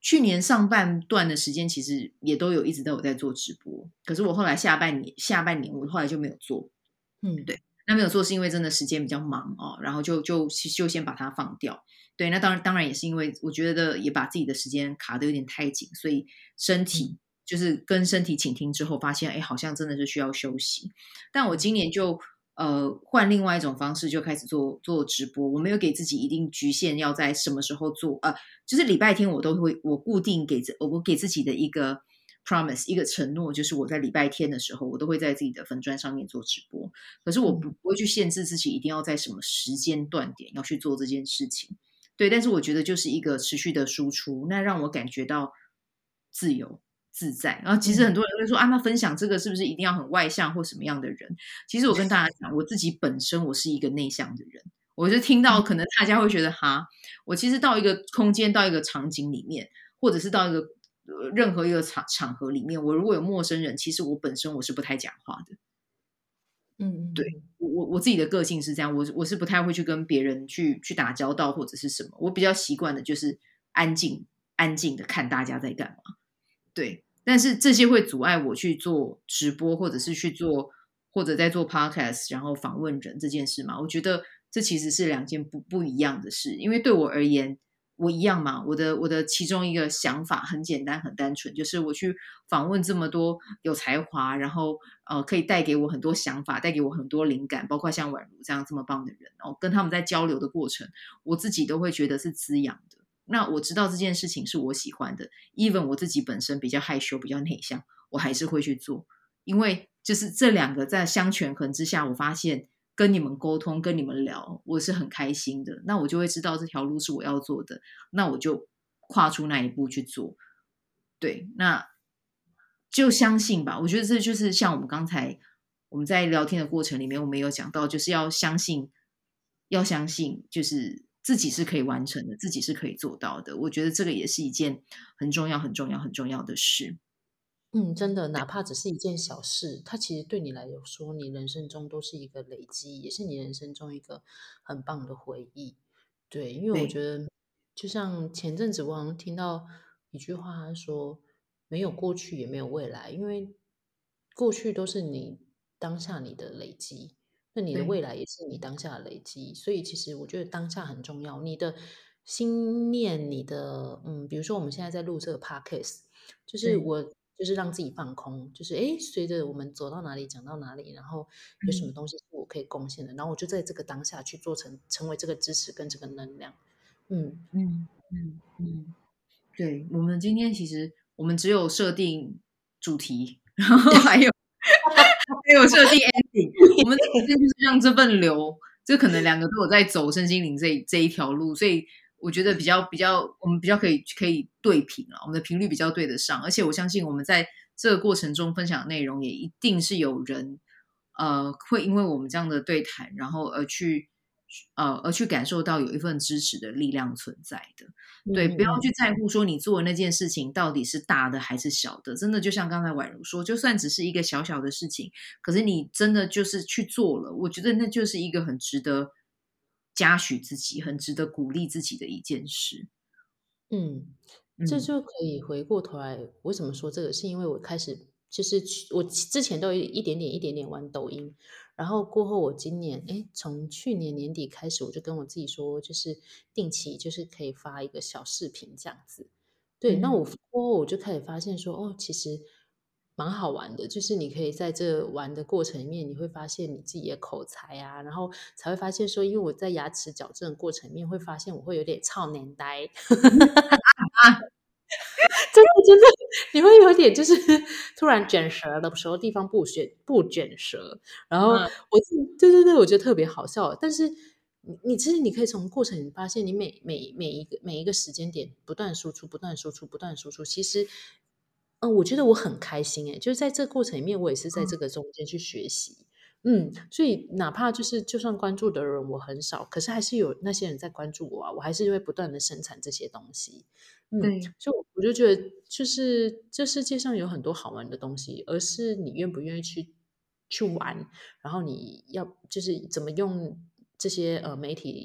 去年上半段的时间其实也都有一直都有在做直播，可是我后来下半年下半年我后来就没有做。 嗯， 对，那没有做是因为真的时间比较忙哦，然后就就就先把它放掉。对，那当然当然也是因为我觉得也把自己的时间卡得有点太紧，所以身体、 嗯就是跟身体倾听之后，发现哎，好像真的是需要休息。但我嗯今年就呃换另外一种方式，就开始做做直播。我没有给自己一定局限要在什么时候做，呃，就是礼拜天我都会我固定给自我给自己的一个 promise 一个承诺，就是我在礼拜天的时候，我都会在自己的粉砖上面做直播。可是我不嗯不会去限制自己一定要在什么时间段点要去做这件事情。对，但是我觉得就是一个持续的输出，那让我感觉到自由自在。然后其实很嗯多人会说啊，那分享这个是不是一定要很外向或什么样的人？其实我跟大家讲，我自己本身我是一个内向的人。我就听到可能大家会觉得哈，我其实到一个空间、到一个场景里面，或者是到一个呃任何一个场场合里面，我如果有陌生人，其实我本身我是不太讲话的。 嗯对， 嗯我我我自己的个性是这样，我我是不太会去跟别人去去打交道或者是什么，我比较习惯的就是安静安静的看大家在干嘛。对，但是这些会阻碍我去做直播，或者是去做或者在做 podcast，然后访问人这件事嘛。我觉得这其实是两件不不一样的事，因为对我而言，我一样嘛。我的我的其中一个想法很简单很单纯，就是我去访问这么多有才华，然后呃可以带给我很多想法，带给我很多灵感，包括像宛如这样这么棒的人，哦，跟他们在交流的过程，我自己都会觉得是滋养的。那我知道这件事情是我喜欢的，even 我自己本身比较害羞、比较内向，我还是会去做，因为就是这两个在相权衡之下，我发现跟你们沟通、跟你们聊，我是很开心的。那我就会知道这条路是我要做的，那我就跨出那一步去做。对，那就相信吧。我觉得这就是像我们刚才我们在聊天的过程里面，我们有讲到，就是要相信，要相信，就是自己是可以完成的，自己是可以做到的。我觉得这个也是一件很重要、很重要、很重要的事。 嗯，真的，哪怕只是一件小事，它其实对你来说，你人生中都是一个累积，也是你人生中一个很棒的回忆。对，因为我对， 觉得，就像前阵子我好像听到一句话，他说没有过去也没有未来，因为过去都是你当下你的累积，那你的对， 未来也是你当下的累积，所以其实我觉得当下很重要。你的心念，你的嗯，比如说我们现在在录这个 podcast。就是对， 我就是让自己放空，就是诶，随着我们走到哪里讲到哪里，然后有什么嗯东西是我可以贡献的，然后我就在这个当下去做成成为这个支持跟这个能量。嗯， 嗯嗯嗯。对，我们今天其实我们只有设定主题，然后还有还有设定 ending，我们的时间就是让这份流，这可能两个都有在走身心灵这一这一条路，所以我觉得比较比较，我们比较可以可以对频了，我们的频率比较对得上，而且我相信我们在这个过程中分享的内容，也一定是有人呃会因为我们这样的对谈，然后而去呃而去感受到有一份支持的力量存在的。对，不要嗯嗯去在乎说你做的那件事情到底是大的还是小的，真的就像刚才宛如说，就算只是一个小小的事情，可是你真的就是去做了，我觉得那就是一个很值得嘉许自己、很值得鼓励自己的一件事。 嗯，这嗯就可以回过头来，为什么说这个？是因为我开始就是去我之前都有一点点一点点玩抖音，然后过后我今年诶，从去年年底开始，我就跟我自己说，就是定期就是可以发一个小视频这样子。对，那嗯我过后我就开始发现说，哦，其实蛮好玩的，就是你可以在这玩的过程里面，你会发现你自己的口才啊，然后才会发现说，因为我在牙齿矫正的过程里面会发现我会有点超年呆， 啊， 真的真的，你会有点就是突然卷舌的时候地方不卷不卷舌，然后嗯我自己对对对，我觉得特别好笑。但是你你其实你可以从过程里发现，你每每每一个每一个时间点不断输出，不断输出，不断输出，其实。嗯，我觉得我很开心诶，就是在这个过程里面，我也是在这个中间去学习，嗯，所以哪怕就是就算关注的人我很少，可是还是有那些人在关注我啊，我还是会不断的生产这些东西，嗯， 对， 所以我就觉得，就是这世界上有很多好玩的东西，而是你愿不愿意去去玩，然后你要就是怎么用这些呃媒体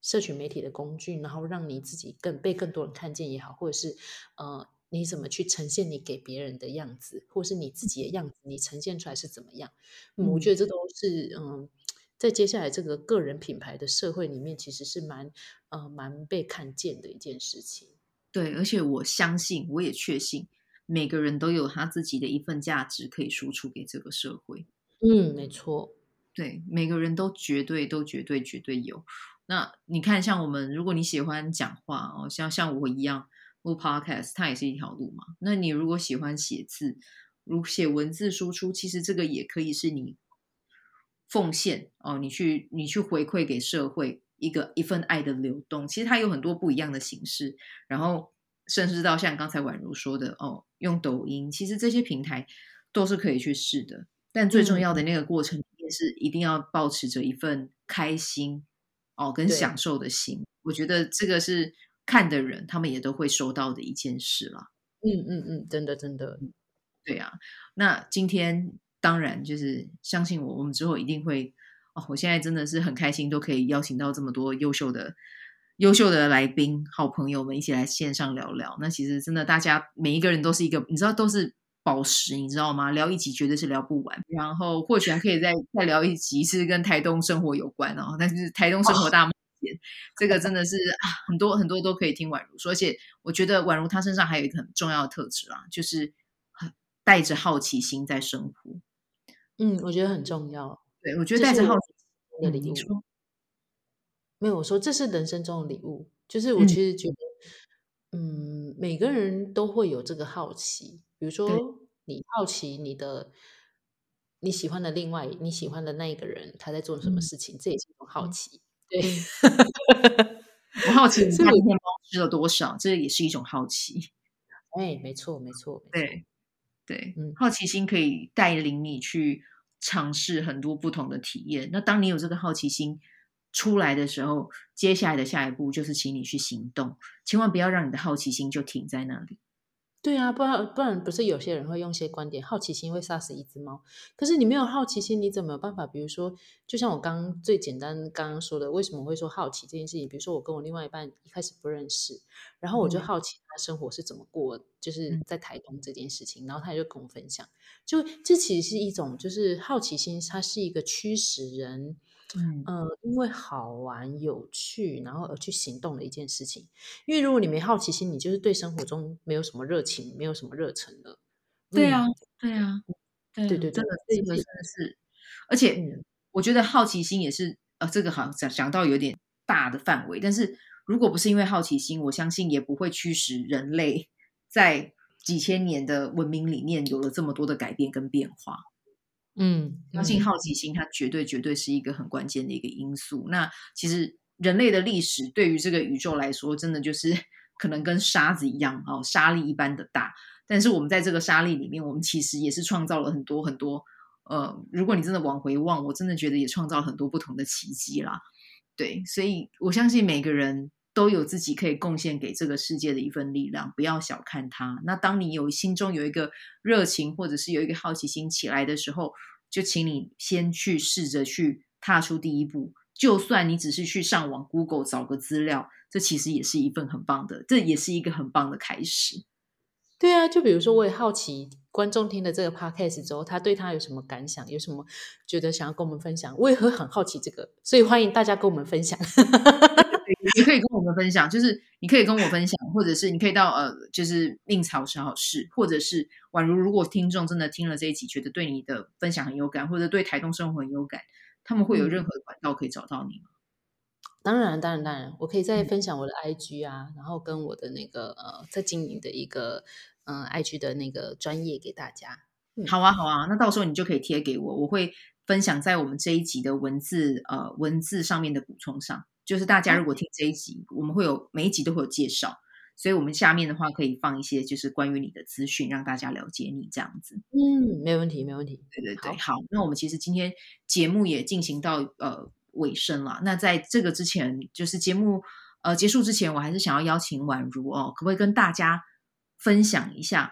社群媒体的工具，然后让你自己更被更多人看见也好，或者是呃你怎么去呈现你给别人的样子，或者是你自己的样子，你呈现出来是怎么样？嗯，我觉嗯， 得这都是嗯，在接下来这个个人品牌的社会里面，其实是蛮呃蛮被看见的一件事情。 对，而且我相信，我也确信，每个人都有他自己的一份价值可以输出给这个社会。 嗯，没错。 对，每个人都绝对都绝对绝对有。那你看，像我们，如果你喜欢讲话哦，像像我一样录 podcast，它也是一条路嘛。那你如果喜欢写字，如写文字输出，其实这个也可以是你奉献哦，你去你去回馈给社会一个一份爱的流动。其实它有很多不一样的形式，然后甚至到像刚才宛如说的哦，用抖音，其实这些平台都是可以去试的。但最重嗯， 要的那个过程里面是一定要保持着一份开心哦跟享对， 受的心，我觉得这个是看的人他们也都会收到的一件事啦。 嗯嗯嗯，真的真的。 对啊，那今天当然就是相信我，我们之后一定会哦，我现在真的是很开心，都可以邀请到这么多优秀的优秀的来宾、好朋友们一起来线上聊聊。那其实真的，大家每一个人都是一个，你知道都是宝石，你知道吗？聊一集绝对是聊不完。然后或许还可以再再聊一集是跟台东生活有关哦，但是台东生活大冒险这个真的是啊，很多很多都可以听宛如说，而且我觉得宛如她身上还有一个很重要的特质啊，就是很带着好奇心在生活。 嗯，我觉得很重要， 对，我觉得这是我带着好奇嗯， 的礼物。 你说， 没有，我说这是人生中的礼物，就是我嗯， 其实觉得，嗯，每个人都会有这个好奇，比如对， 说你好奇你的你喜欢的另外你喜欢的那一个人他在做什么嗯， 事情，这也是一种好对， 奇。对， 对。我好奇你所以我家今天猫吃了多少，这也是一种好奇。 哎，没错，没错，没错。 对，对， 嗯。 好奇心可以带领你去尝试很多不同的体验。那当你有这个好奇心出来的时候，接下来的下一步就是请你去行动，千万不要让你的好奇心就停在那里。 对啊，不然不然不是有些人会用一些观点，好奇心会杀死一只猫。可是你没有好奇心，你怎么有办法？比如说，就像我刚刚最简单刚刚说的，为什么会说好奇这件事情？比如说，我跟我另外一半一开始不认识，然后我就嗯好奇他生活是怎么过，就是嗯在台东这件事情，然后他就跟我分享，就这其实是一种就是好奇心，它是一个驱使人。 嗯， 呃，因为好玩有趣，然后而去行动的一件事情。因为如果你没好奇心，你就是对生活中没有什么热情，没有什么热忱了。 对啊， 嗯， 对啊，对啊， 对对对， 这个所以是这个真的是，而且嗯我觉得好奇心也是，呃，这个好像讲讲到有点大的范围，但是如果不是因为好奇心，我相信也不会驱使人类在几千年的文明里面有了这么多的改变跟变化。 嗯相信嗯， 好奇心，它绝对绝对是一个很关键的一个因素。那其实人类的历史对于这个宇宙来说，真的就是可能跟沙子一样哦，沙粒一般的大。但是我们在这个沙粒里面，我们其实也是创造了很多很多。呃，如果你真的往回望，我真的觉得也创造了很多不同的奇迹啦。对，所以我相信每个人都有自己可以贡献给这个世界的一份力量，不要小看它。那当你有心中有一个热情，或者是有一个好奇心起来的时候，就请你先去试着去踏出第一步。就算你只是去上网 Google 找个资料，这其实也是一份很棒的，这也是一个很棒的开始。 对啊，就比如说，我也好奇观众听了这个 podcast 之后，他对他有什么感想，有什么觉得想要跟我们分享，我也会很好奇这个，所以欢迎大家跟我们分享。 也可以跟我们分享，就是你可以跟我分享，或者是你可以到呃，就是令草小好事，或者是宛如如果听众真的听了这一集，觉得对你的分享很有感，或者对台东生活很有感，他们会有任嗯， 何的管道可以找到你吗？ 当然，当然，当然，我可以再嗯， 分享我的 I G 啊，然后跟我的那个呃，在经营的一个嗯、呃、I G 的那个专业给大家。嗯， 好啊，好啊，那到时候你就可以贴给我，我会分享在我们这一集的文字呃文字上面的补充上。就是大家好， 如果听这一集，我们会有每一集都会有介绍，所以我们下面的话可以放一些就是关于你的资讯，让大家了解你这样子。 嗯，没问题，没问题。 对对对， 好， 好，那我们其实今天节目也进行到呃尾声了。那在这个之前，就是节目呃结束之前，我还是想要邀请宛如哦，可不可以跟大家分享一下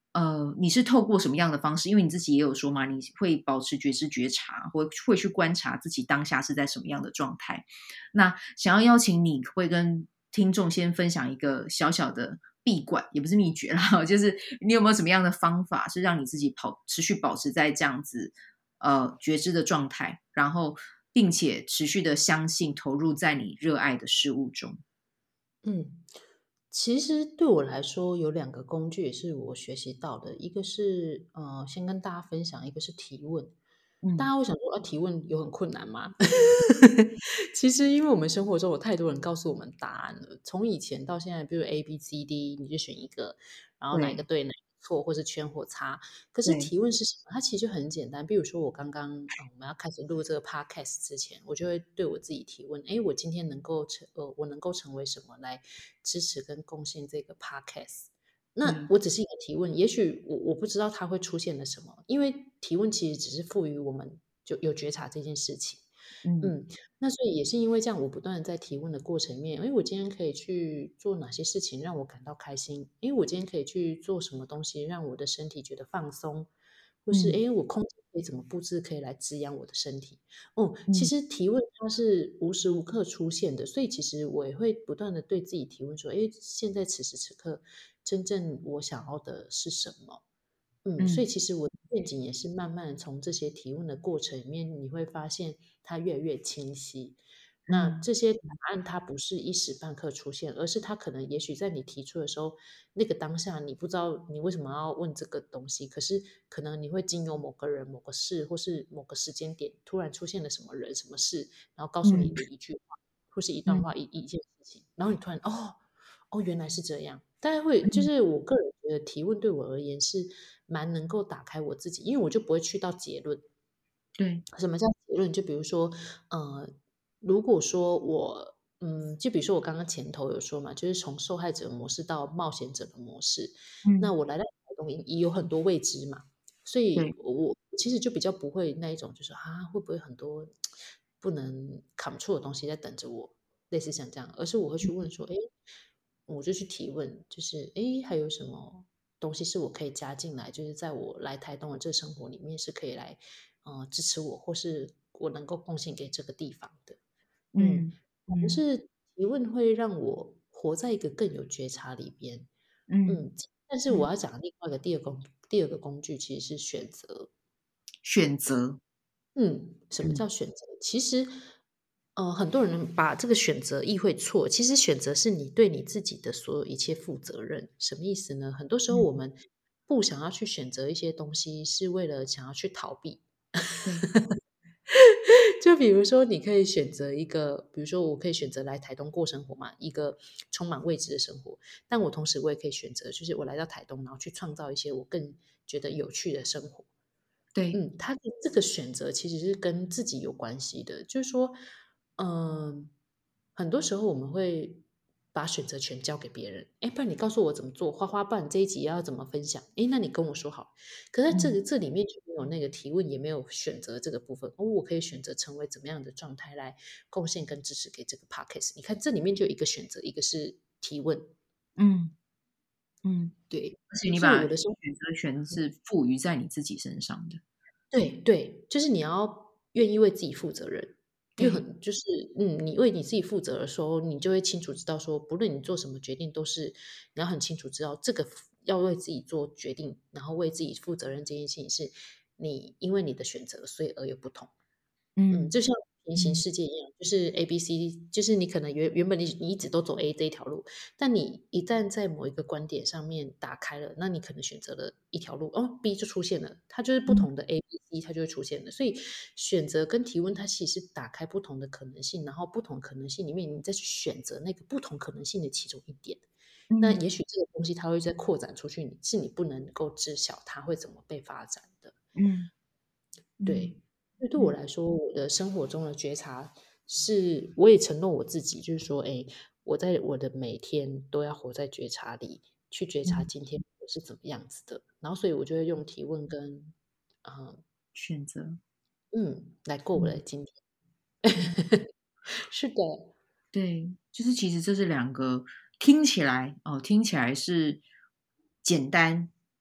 呃，你是透过什么样的方式？因为你自己也有说嘛，你会保持觉知觉察，或会去观察自己当下是在什么样的状态。那想要邀请你，会跟听众先分享一个小小的闭馆，也不是秘诀啦，就是你有没有什么样的方法，是让你自己保持续保持在这样子呃觉知的状态，然后并且持续的相信投入在你热爱的事物中？ 嗯，其实对我来说有两个工具也是我学习到的，一个是呃，先跟大家分享，一个是提问。大嗯， 家会想说，啊，提问有很困难吗？其实因为我们生活中有太多人告诉我们答案了，从以前到现在，比如 A、B、C、D，你就选一个，然后哪一个对对，哪一个错，或是圈或叉。可是对， 提问是什么？它其实就很简单。比如说我刚刚，呃，我们要开始录这个 podcast 之前，我就会对我自己提问：诶，我今天能够成，呃，我能够成为什么来支持跟贡献这个 podcast？那对， 我只是一个提问，也许我我不知道它会出现了什么，因为提问其实只是赋予我们就有觉察这件事情。 嗯嗯，那所以也是因为这样，我不断的在提问的过程里面，诶，我今天可以去做哪些事情让我感到开心？诶，我今天可以去做什么东西让我的身体觉得放松？或是嗯诶，我空间可以怎么布置，可以来滋养我的身体？哦，其嗯实提问它是无时无刻出现的，所以其实我也会不断的对自己提问说：诶，现在此时此刻，真正我想要的是什么？嗯，所以嗯其实我的愿景也是慢慢从这些提问的过程里面，你会发现它越来越清晰。那嗯这些答案它不是一时半刻出现，而是它可能也许在你提出的时候，那个当下你不知道你为什么要问这个东西，可是可能你会经由某个人、某个事，或是某个时间点，突然出现了什么人、什么事，然后告诉你嗯的一句话，或是一段话、 嗯一一件事情，然后你突然哦哦，原来是这样。大概会就嗯， 是我个人觉得提问对我而言是蛮能够打开我自己，因为我就不会去到结论。 对， 什么叫结论？就比如说，呃，如果说我，嗯，就比如说我刚刚前头有说嘛，就是从受害者模式到冒险者的模式。那嗯我来到台东也有很多未知嘛，所以对， 我其实就比较不会那一种，就是啊，会不会很多不能 control 的东西在等着我，类似像这样，而是我会去问说，诶，我就去提问，就是诶，还有什么东西是我可以加进来，就是在我来台东的这生活里面是可以来呃支持我，或是我能够贡献给这个地方的。嗯， 嗯可能嗯是提问会让我活在一个更有觉察里边。 嗯嗯，但是我嗯， 要讲的另外一个第二工第二个工具其实是选择。 选择， 嗯，什么嗯叫选择？其实，呃，很多人把这个选择意会错。其实选择是你对你自己的所有一切负责任。什么意思呢？很多时候我嗯， 们不想要去选择一些东西，是为了想要去逃避。 对， 就比如说，你可以选择一个，比如说，我可以选择来台东过生活嘛，一个充满未知的生活。但我同时我也可以选择，就是我来到台东，然后去创造一些我更觉得有趣的生活。 对， 嗯，他的这个选择其实是跟自己有关系的，就是说，嗯，很多时候我们会把选择权交给别人，哎，不然你告诉我怎么做，花花，不然这一集要怎么分享？哎，那你跟我说好。可是在这嗯个这里面就没有那个提问，也没有选择这个部分。哦，我可以选择成为怎么样的状态来贡献跟支持给这个 podcast。你看这里面就有一个选择，一个是提问， 嗯嗯， 对， 而且你把所以我的生选择权是赋予在你自己身上的， 对对，就是你要愿意为自己负责任，因为对， 很就是嗯，你为你自己负责的时候，你就会清楚知道说，不论你做什么决定，都是你要很清楚知道这个要为自己做决定，然后为自己负责任这件事情是你因为你的选择，所以而有不同。嗯， 嗯就像平行嗯世界一样，就是 A、B、C，就是你可能原原本你你一直都走 A 这一条路，但你一旦在某一个观点上面打开了，那你可能选择了一条路，哦，B 就出现了，它就是不嗯同的 A、B、C，它就会出现了。所以选择跟提问，它其实是打开不同的可能性，然后不同可能性里面，你再去选择那个不同可能性的其中一点。那嗯也许这个东西它会再扩展出去，你是你不能够知晓它会怎么被发展的。 嗯嗯对，所以对我嗯来说，我的生活中的觉察是，我也承诺我自己，就是说，哎，我在我的每天都要活在觉察里，去觉察嗯， 今天我是怎么样子的。然后，所以我就会用提问跟，嗯选择， 嗯，来过我的嗯今天。 嗯。 是的， 对，就是其实这是两个听起来哦，听起来是简单，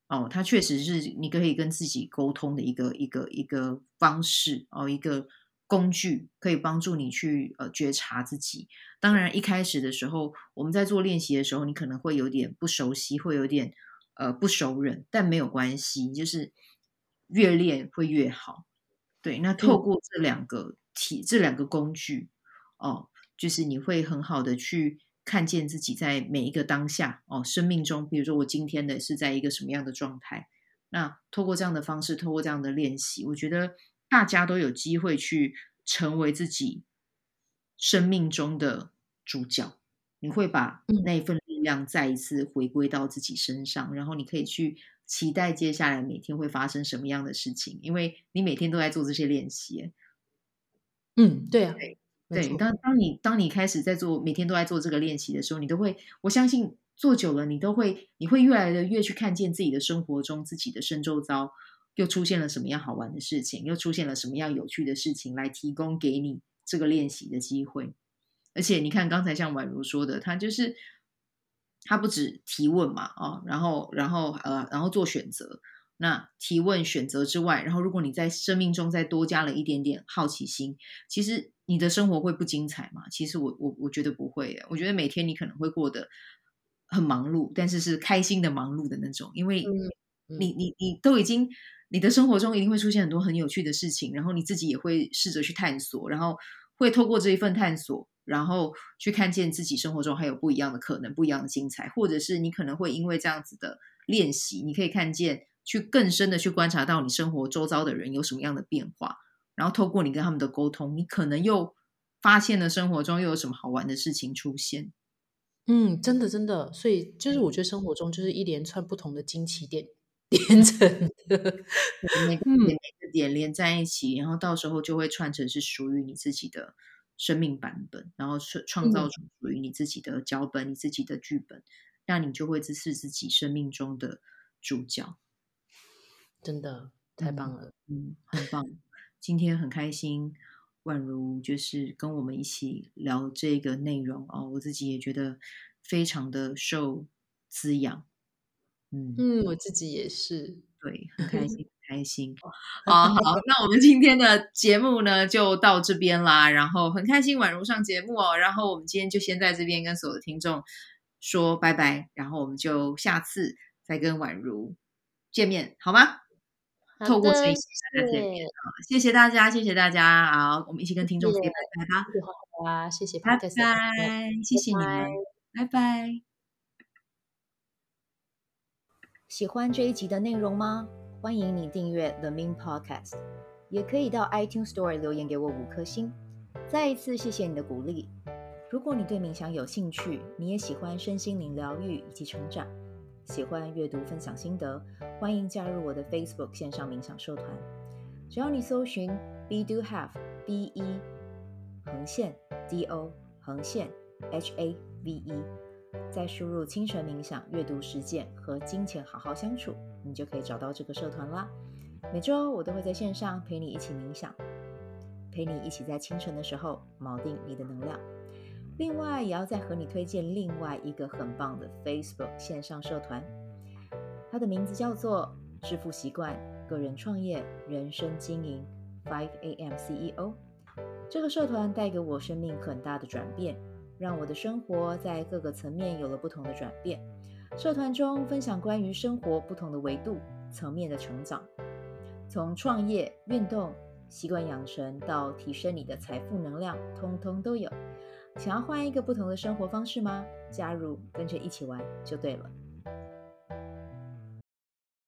哦，它确实是你可以跟自己沟通的一个一个一个方式哦，一个工具，可以帮助你去呃觉察自己。当然，一开始的时候，我们在做练习的时候，你可能会有点不熟悉，会有点呃不熟稔，但没有关系，就是越练会越好。对，那嗯透过这两个体这两个工具，哦，就是你会很好的去看见自己在每一个当下，哦，生命中，比如说我今天的是在一个什么样的状态，那透过这样的方式，透过这样的练习，我觉得大家都有机会去成为自己生命中的主角。你会把嗯。 那一份力量再一次回归到自己身上，然后你可以去期待接下来每天会发生什么样的事情，因为你每天都在做这些练习。 嗯，对啊，没对， 错。 当当你当你开始在做每天都在做这个练习的时候，你都会我相信做久了，你都会你会越来的越去看见自己的生活中，自己的身周遭又出现了什么样好玩的事情，又出现了什么样有趣的事情，来提供给你这个练习的机会。而且你看刚才像宛如说的，他就是他不止提问嘛，哦，然后然后呃，然后做选择。那提问选择之外，然后如果你在生命中再多加了一点点好奇心，其实你的生活会不精彩吗？其实我我我觉得不会耶，我觉得每天你可能会过得很忙碌，但是是开心的忙碌的那种，因为嗯嗯你你你都已经你的生活中一定会出现很多很有趣的事情，然后你自己也会试着去探索，然后会透过这一份探索，然后去看见自己生活中还有不一样的可能，不一样的精彩，或者是你可能会因为这样子的练习，你可以看见去更深的去观察到你生活周遭的人有什么样的变化，然后透过你跟他们的沟通，你可能又发现了生活中又有什么好玩的事情出现。 嗯，真的真的，所以就是我觉得生活中就是一连串不同的惊奇点连成的。 对，每个嗯点每个点连在一起，然后到时候就会串成是属于你自己的生命版本，然后创创造嗯， 出属于你自己的脚本、你自己的剧本，那你就会是自己生命中的主角。 真的太棒嗯了。 嗯，很棒。今天很开心，宛如就是跟我们一起聊这个内容哦，我自己也觉得非常的受滋养。嗯。 嗯，我自己也是。 对，很开心，很开心。好好，那我们今天的节目呢，就到这边啦。然后很开心宛如上节目哦，然后我们今天就先在这边跟所有的听众说拜拜，然后我们就下次再跟宛如见面，好吗？透过声好的， 音谢跟大家见面谢， 啊，谢谢大家，谢谢大家。好，我们一起跟听众谢谢， say 拜拜吧， 谢谢花花，谢谢拜 Podcast 的朋友， 拜，谢拜谢你们， 拜。 拜拜。喜欢这一集的内容吗？欢迎你订阅 The Min Podcast，也可以到 iTunes Store 留言给我五颗星。再一次谢谢你的鼓励。如果你对冥想有兴趣，你也喜欢身心灵疗愈以及成长，喜欢阅读分享心得，欢迎加入我的 Facebook 线上冥想社团。只要你搜寻 Be Do Have B E 横线 D O 横线 H A V E，再输入清晨冥想、阅读实践和金钱好好相处，你就可以找到这个社团啦。每周我都会在线上陪你一起冥想，陪你一起在清晨的时候锚定你的能量。另外，也要再和你推荐另外一个很棒的 Facebook 线上社团，它的名字叫做致富习惯、个人创业、人生经营 five A M C E O。这个社团带给我生命很大的转变，让我的生活在各个层面有了不同的转变。社团中分享关于生活不同的维度、层面的成长，从创业、运动、习惯养成到提升你的财富能量，通通都有。想要换一个不同的生活方式吗？加入，跟着一起玩就对了。